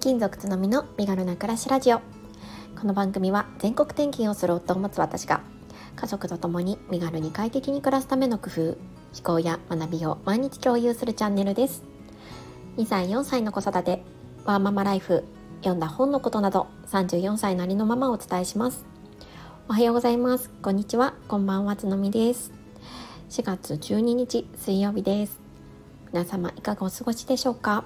金属つのみの身軽な暮らしラジオ。この番組は全国転勤をする夫を持つ私が家族と共に身軽に快適に暮らすための工夫、思考や学びを毎日共有するチャンネルです。2歳4歳の子育て、ワーママライフ、読んだ本のことなど34歳なりのままをお伝えします。おはようございます、こんにちは、こんばんは、つのみです。4月12日水曜日です。皆様いかがお過ごしでしょうか。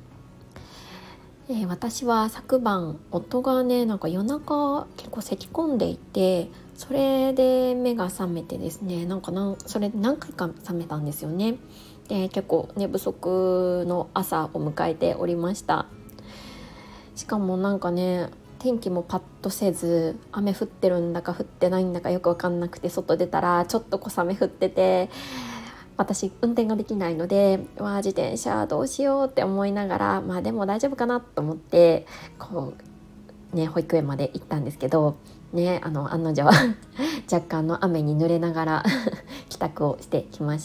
私は昨晩夫がね夜中結構咳込んでいて、それで目が覚めてですね、それで何回か覚めたんですよね。で結構寝不足の朝を迎えておりました。しかも天気もパッとせず、雨降ってるんだか降ってないんだかよく分かんなくて、外出たらちょっと小雨降ってて、私運転ができないので、自転車どうしようって思いながら、でも大丈夫かなと思って保育園まで行ったんですけど案の定若干の雨に濡れながら帰宅をしてきました。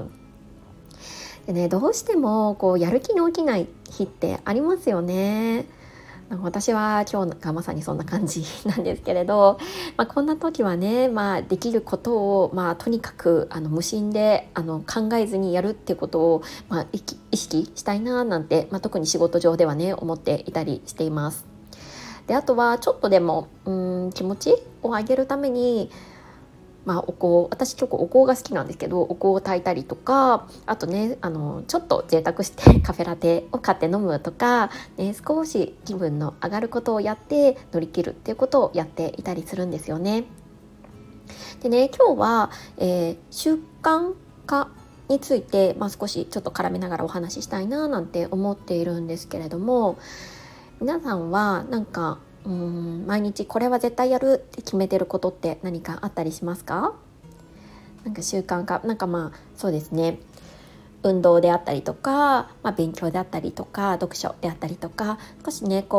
でどうしてもやる気の起きない日ってありますよね。私は今日がまさにそんな感じなんですけれど、こんな時はね、できることを、とにかく無心で考えずにやるっていうことを、意識したいななんて、特に仕事上ではね思っていたりしています。であとはちょっとでも気持ちを上げるために、私結構お香が好きなんですけど、お香を焚いたりとか、あとねちょっと贅沢してカフェラテを買って飲むとか、少し気分の上がることをやって乗り切るっていうことをやっていたりするんですよね。でね、今日は、習慣化について、少しちょっと絡めながらお話ししたいななんて思っているんですけれども、皆さんは毎日これは絶対やるって決めてることって何かあったりしますか？習慣化、そうですね、運動であったりとか、勉強であったりとか、読書であったりとか、少しね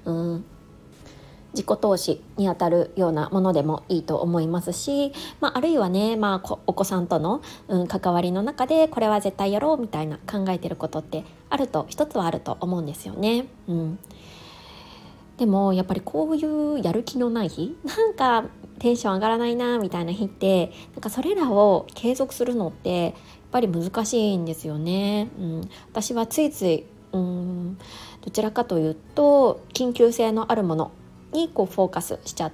自己投資にあたるようなものでもいいと思いますし、あるいはね、お子さんとの、関わりの中でこれは絶対やろうみたいな考えてることって一つはあると思うんですよね。でもやっぱりこういうやる気のない日、テンション上がらないなみたいな日って、それらを継続するのってやっぱり難しいんですよね。私はついついどちらかというと緊急性のあるものにフォーカスしちゃって、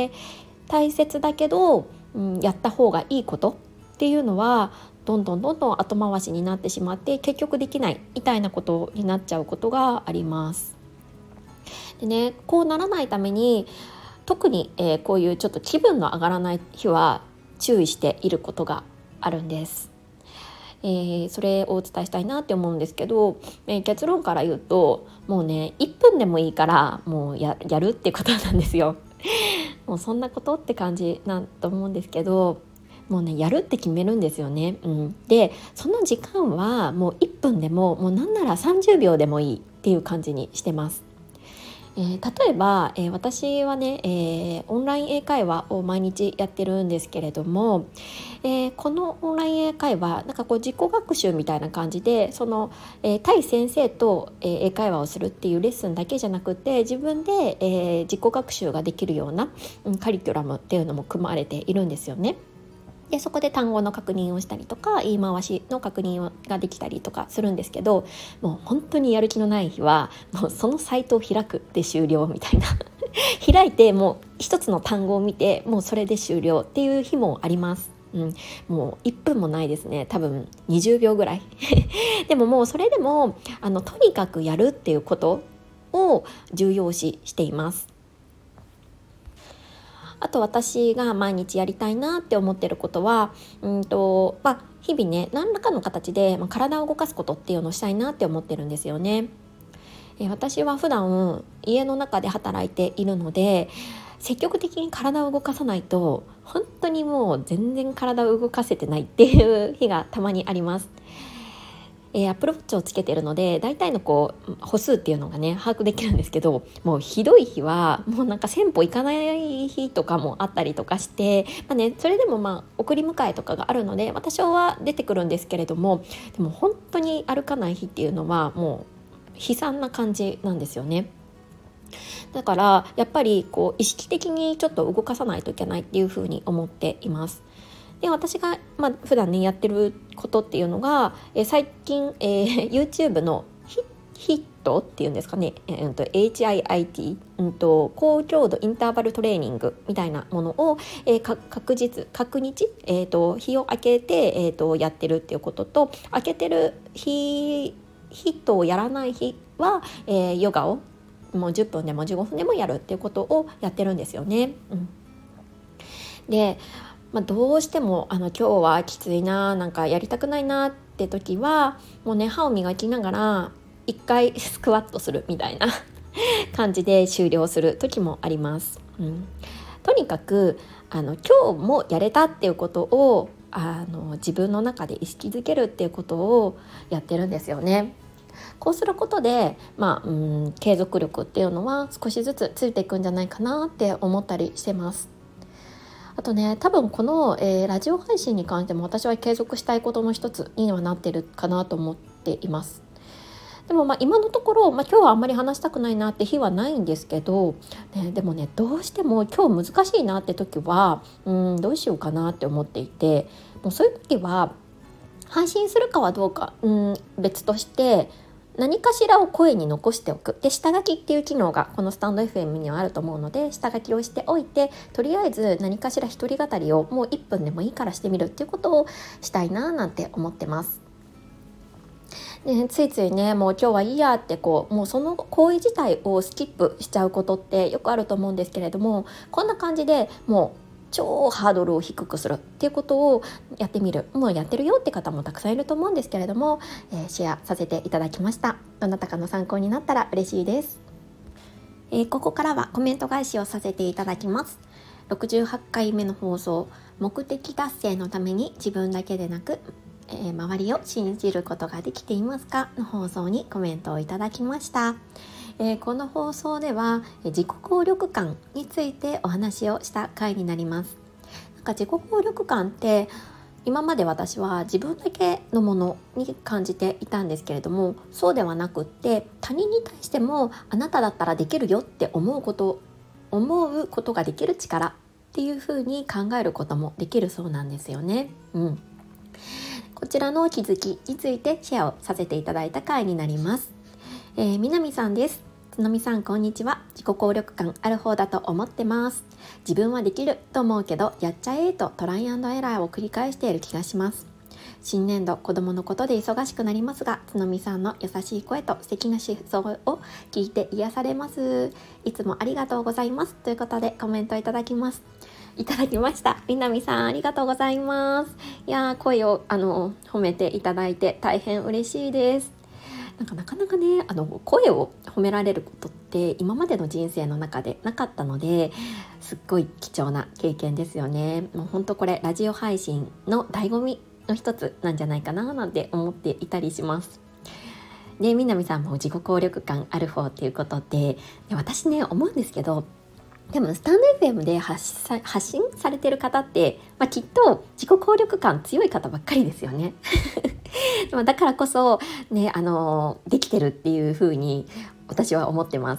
大切だけど、やった方がいいことっていうのはどんどん後回しになってしまって、結局できないみたいなことになっちゃうことがあります。でね、こうならないために特に、こういうちょっと気分の上がらない日は注意していることがあるんです。それをお伝えしたいなって思うんですけど、結論から言うと、もうね1分でもいいからもうやるってことなんですよ。もうそんなことって感じなんと思うんですけど、もうねやるって決めるんですよね。でその時間はもう1分でも、もうなんなら30秒でもいいっていう感じにしてます。例えば、私はね、オンライン英会話を毎日やってるんですけれども、このオンライン英会話自己学習みたいな感じで、対先生と、英会話をするっていうレッスンだけじゃなくて、自分で、自己学習ができるような、カリキュラムっていうのも組まれているんですよね。でそこで単語の確認をしたりとか、言い回しの確認ができたりとかするんですけど、もう本当にやる気のない日はもうそのサイトを開くで終了みたいな開いてもう一つの単語を見て、もうそれで終了っていう日もあります。もう1分もないですね、多分20秒ぐらいでももうそれでもとにかくやるっていうことを重要視しています。あと私が毎日やりたいなって思ってることは、日々ね何らかの形で、体を動かすことっていうのをしたいなって思ってるんですよね。私は普段家の中で働いているので、積極的に体を動かさないと本当にもう全然体を動かせてないっていう日がたまにあります。Apple Watch をつけてるので、大体の歩数っていうのがね把握できるんですけど、もうひどい日はもう1000歩いかない日とかもあったりとかして、それでも送り迎えとかがあるので、多少は出てくるんですけれども、でも本当に歩かない日っていうのはもう悲惨な感じなんですよね。 だからやっぱりこう意識的にちょっと動かさないといけないっていうふうに思っています。で私が、普段ねやってることっていうのが、最近、YouTube のヒットっていうんですかね、HIIT、高強度インターバルトレーニングみたいなものを、各日、日を空けて、やってるっていうことと、空けてるヒットをやらない日は、ヨガをもう10分でも15分でもやるっていうことをやってるんですよね。で、どうしても今日はきついな、なんかやりたくないなって時はもうね歯を磨きながら一回スクワットするみたいな感じで終了する時もあります。とにかく今日もやれたっていうことを自分の中で意識づけるっていうことをやってるんですよね。こうすることで、継続力っていうのは少しずつついていくんじゃないかなって思ったりしてます。あとね、多分この、ラジオ配信に関しても私は継続したいことの一つにはなってるかなと思っています。でも今のところ、今日はあんまり話したくないなって日はないんですけど、でもねどうしても今日難しいなって時はどうしようかなって思っていて、もうそういう時は配信するかはどうか別として何かしらを声に残しておく。で下書きっていう機能がこのスタンド FM にはあると思うので、下書きをしておいてとりあえず何かしら一人語りをもう1分でもいいからしてみるっていうことをしたいななんて思ってます。でついついねもう今日はいいやってもうその行為自体をスキップしちゃうことってよくあると思うんですけれども、こんな感じでもう超ハードルを低くするっていうことをやってみる。もうやってるよって方もたくさんいると思うんですけれども、シェアさせていただきました。どなたかの参考になったら嬉しいです。ここからはコメント返しをさせていただきます。68回目の放送、目的達成のために自分だけでなく、周りを信じることができていますかの放送にコメントをいただきました。この放送では自己効力感についてお話をした回になります。自己効力感って今まで私は自分だけのものに感じていたんですけれども、そうではなくって他人に対してもあなただったらできるよって思うことができる力っていうふうに考えることもできるそうなんですよね。こちらの気づきについてシェアをさせていただいた回になります。南さんです。つのみさんこんにちは。自己効力感ある方だと思ってます。自分はできると思うけどやっちゃえとトライアンドエラーを繰り返している気がします。新年度子供のことで忙しくなりますが、つのみさんの優しい声と素敵な思想を聞いて癒されます。いつもありがとうございますということでコメントいただきました。南さんありがとうございます。いや声を褒めていただいて大変嬉しいです。なかなかね声を褒められることって今までの人生の中でなかったので、すっごい貴重な経験ですよね。もう本当これラジオ配信の醍醐味の一つなんじゃないかななんて思っていたりします。で南さんも自己効力感ある方っていうことで、私ね思うんですけど、でもスタンド FM で発信されてる方って、きっと自己効力感強い方ばっかりですよねだからこそねできてるっていう風に私は思ってます。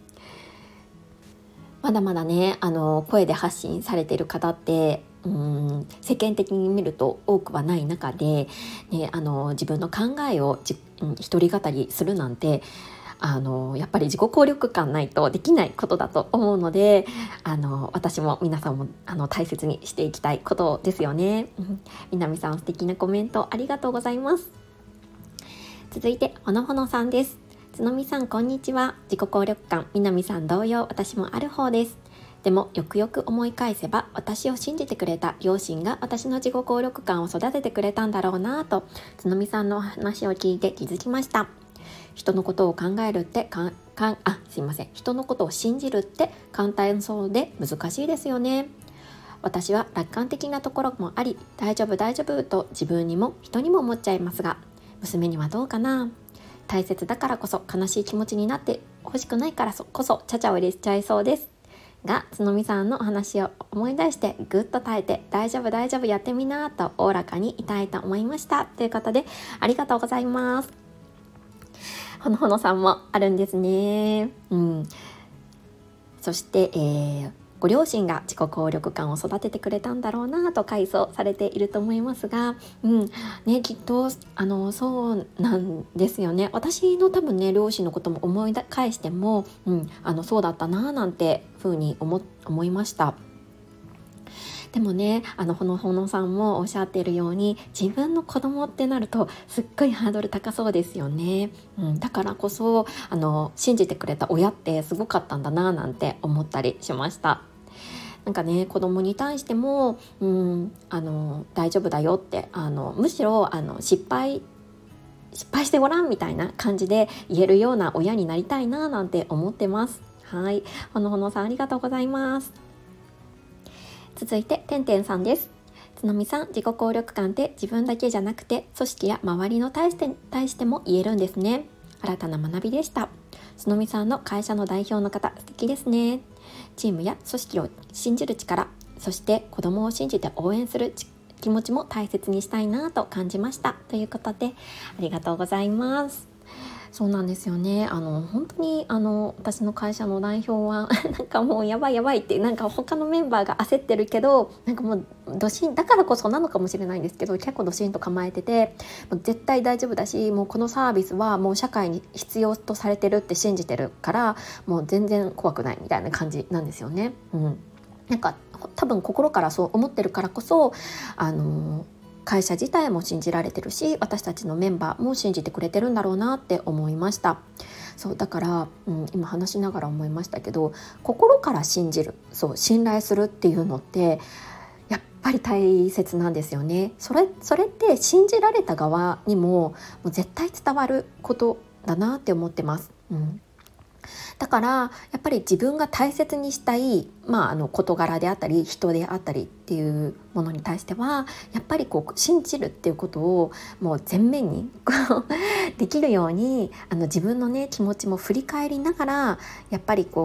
まだまだね声で発信されてる方って世間的に見ると多くはない中で、自分の考えを一人語りするなんてやっぱり自己効力感ないとできないことだと思うので、私も皆さんも大切にしていきたいことですよね。南さん素敵なコメントありがとうございます。続いてほのほのさんです。つのみさんこんにちは。自己効力感南さん同様私もある方です。でもよくよく思い返せば私を信じてくれた両親が私の自己効力感を育ててくれたんだろうなとつのみさんの話を聞いて気づきました。人のことを考えるって人のことを信じるって簡単そうで難しいですよね。私は楽観的なところもあり大丈夫と自分にも人にも思っちゃいますが、娘にはどうかな。大切だからこそ悲しい気持ちになってほしくないからこそちゃちゃを入れちゃいそうですが、つのみさんのお話を思い出してぐっと耐えて大丈夫やってみなとおおらかにいたいと思いましたということでありがとうございます。ほのほのさんもあるんですね。 そして、ご両親が自己効力感を育ててくれたんだろうなと回想されていると思いますが、きっとそうなんですよね。私の多分ね両親のことも思い返しても、そうだったななんて風に思いました。でもね、ほのさんもおっしゃっているように、自分の子供ってなるとすっごいハードル高そうですよね。だからこそ信じてくれた親ってすごかったんだななんて思ったりしました。なんかね、子供に対しても、大丈夫だよって、むしろ失敗してごらんみたいな感じで言えるような親になりたいななんて思ってます。はい、ほのさんありがとうございます。続いててんてんさんです。つのみさん、自己効力感って自分だけじゃなくて組織や周りの対しても言えるんですね。新たな学びでした。つのみさんの会社の代表の方、素敵ですね。チームや組織を信じる力、そして子供を信じて応援する気持ちも大切にしたいなと感じました。ということで、ありがとうございます。そうなんですよね。本当に私の会社の代表はなんかもうやばいって、なんか他のメンバーが焦ってるけど、なんかもうドシンだからこそなのかもしれないんですけど、結構ドシンと構えてて、もう絶対大丈夫だし、もうこのサービスはもう社会に必要とされてるって信じてるから、もう全然怖くないみたいな感じなんですよね。なんか多分心からそう思ってるからこそ会社自体も信じられてるし、私たちのメンバーも信じてくれてるんだろうなって思いました。そうだから、今話しながら思いましたけど、心から信じる、信頼するっていうのってやっぱり大切なんですよね。それって信じられた側にもう絶対伝わることだなって思ってます。だからやっぱり自分が大切にしたい、事柄であったり人であったりっていうものに対しては、やっぱり信じるっていうことをもう前面にできるように自分のね気持ちも振り返りながら、やっぱり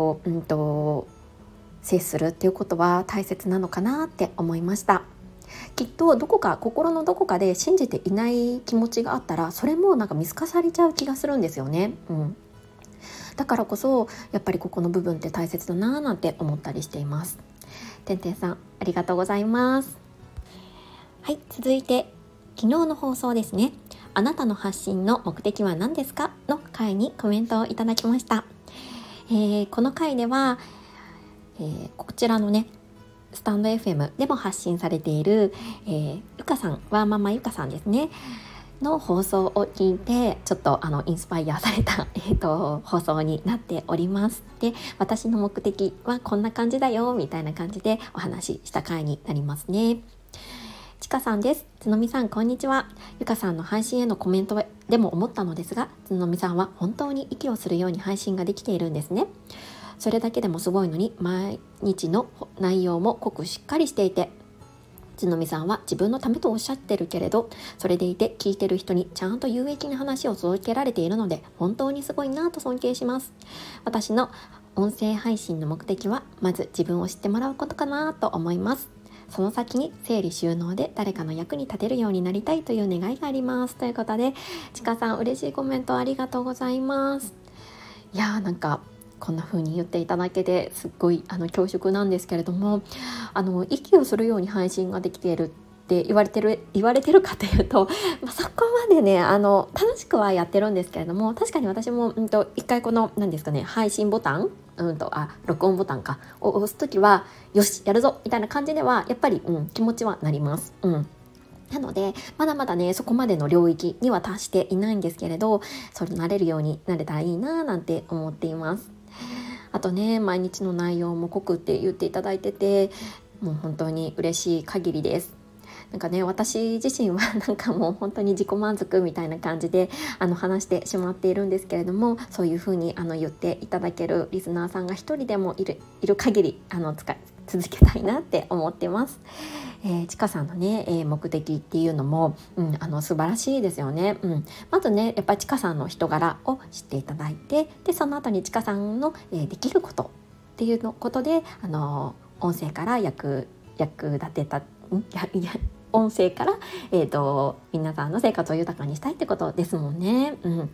接するっていうことは大切なのかなって思いました。きっと心のどこかで信じていない気持ちがあったら、それもなんか見透かされちゃう気がするんですよね。だからこそやっぱりここの部分って大切だななんて思ったりしています。てんてんさんありがとうございます。はい、続いて昨日の放送ですね。あなたの発信の目的は何ですかの回にコメントをいただきました。この回では、こちらのねスタンド FM でも発信されている、ゆかさん、ワーママゆかさんですねの放送を聞いて、ちょっとインスパイアされた、放送になっております。で、私の目的はこんな感じだよみたいな感じでお話しした回になりますね。ちかさんです。つのみさんこんにちは。ゆかさんの配信へのコメントでも思ったのですが、つのみさんは本当に息をするように配信ができているんですね。それだけでもすごいのに、毎日の内容も濃くしっかりしていて、つのみさんは自分のためとおっしゃってるけれど、それでいて聞いてる人にちゃんと有益な話を届けられているので、本当にすごいなと尊敬します。私の音声配信の目的はまず自分を知ってもらうことかなと思います。その先に整理収納で誰かの役に立てるようになりたいという願いがあります。ということで、ちかさん嬉しいコメントありがとうございます。いやー、なんかこんな風に言っていただけてすっごい恐縮なんですけれども、息をするように配信ができているって言われてるかというと、そこまでね楽しくはやってるんですけれども、確かに私も一回この何ですかね、配信ボタン録音ボタンを押すときはよしやるぞみたいな感じではやっぱり、気持ちはなります。なのでまだまだねそこまでの領域には達していないんですけれど、それなれるようになれたらいいななんて思っています。あとね、毎日の内容も濃くって言っていただいてて、もう本当に嬉しい限りです。なんかね、私自身はなんかもう本当に自己満足みたいな感じで話してしまっているんですけれども、そういう風に言っていただけるリスナーさんが一人でもいる限り続けたいなって思ってます。ちかさんのね、目的っていうのも、素晴らしいですよね。まずねやっぱりちかさんの人柄を知っていただいて、でその後にちかさんの、できることっていうのことで音声から役立てた音声から、皆さんの生活を豊かにしたいってことですもんね。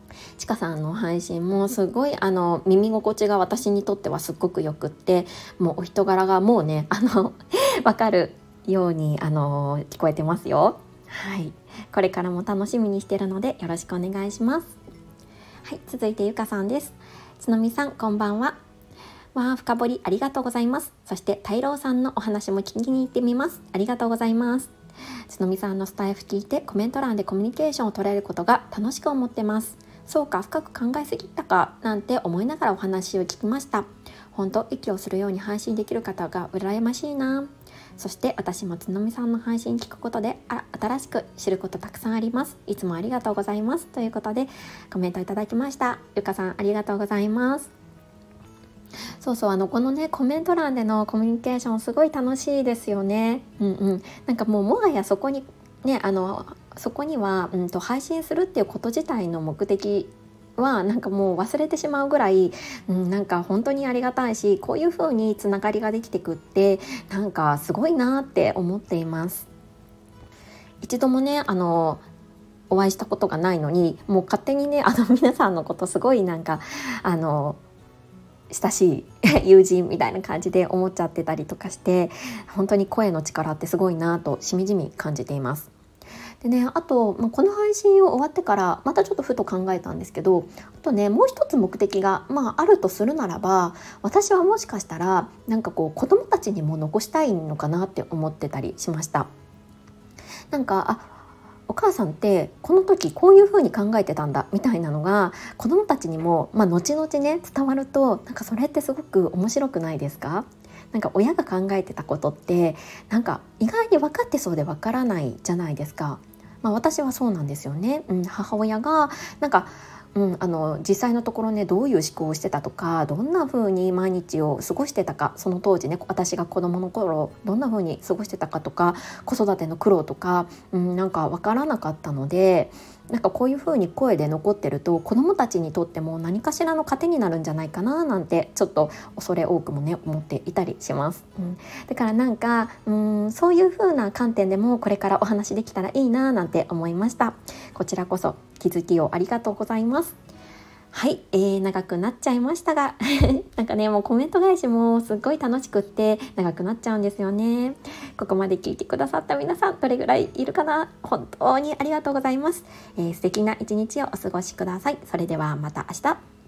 ちかさんの配信もすごい耳心地が私にとってはすっごくよくって、もうお人柄がもうねわかるように聞こえてますよ。はい、これからも楽しみにしてるのでよろしくお願いします。はい、続いてゆかさんです。つのみさん、こんばんは。深掘りありがとうございます。そして太郎さんのお話も聞きに行ってみます。ありがとうございます。つのみさんのスタイフ聞いてコメント欄でコミュニケーションを取れることが楽しく思ってます。そうか、深く考えすぎたかなんて思いながらお話を聞きました。本当、息をするように配信できる方が羨ましいな。そして私もつのみさんの配信聞くことで新しく知ることたくさんあります。いつもありがとうございます、ということでコメントいただきました。ゆかさん、ありがとうございます。そうそう、このねコメント欄でのコミュニケーションすごい楽しいですよね。なんかもはやそこにねそこには、配信するっていうこと自体の目的はなんかもう忘れてしまうぐらい、なんか本当にありがたいし、こういう風につながりができてくってなんかすごいなって思っています。一度もねお会いしたことがないのに、もう勝手にね皆さんのことすごいなんか親しい友人みたいな感じで思っちゃってたりとかして、本当に声の力ってすごいなとしみじみ感じています。でね、あと、この配信を終わってからまたちょっとふと考えたんですけど、あとねもう一つ目的が、あるとするならば、私はもしかしたらなんかこう子供たちにも残したいのかなって思ってたりしました。なんかお母さんってこの時こういう風に考えてたんだみたいなのが子どもたちにも、後々ね伝わると、なんかそれってすごく面白くないですか？なんか親が考えてたことってなんか意外に分かってそうで分からないじゃないですか。私はそうなんですよね。母親がなんか実際のところねどういう思考をしてたとか、どんな風に毎日を過ごしてたか、その当時ね私が子どもの頃どんな風に過ごしてたかとか、子育ての苦労とか、なんか分からなかったので、なんかこういう風に声で残ってると子どもたちにとっても何かしらの糧になるんじゃないかななんてちょっと恐れ多くもね思っていたりします。だからなんかそういう風な観点でもこれからお話できたらいいななんて思いました。こちらこそ気づきをありがとうございます。はい、長くなっちゃいましたがなんかねもうコメント返しもすっごい楽しくって長くなっちゃうんですよね。ここまで聞いてくださった皆さんどれぐらいいるかな、本当にありがとうございます。素敵な一日をお過ごしください。それではまた明日。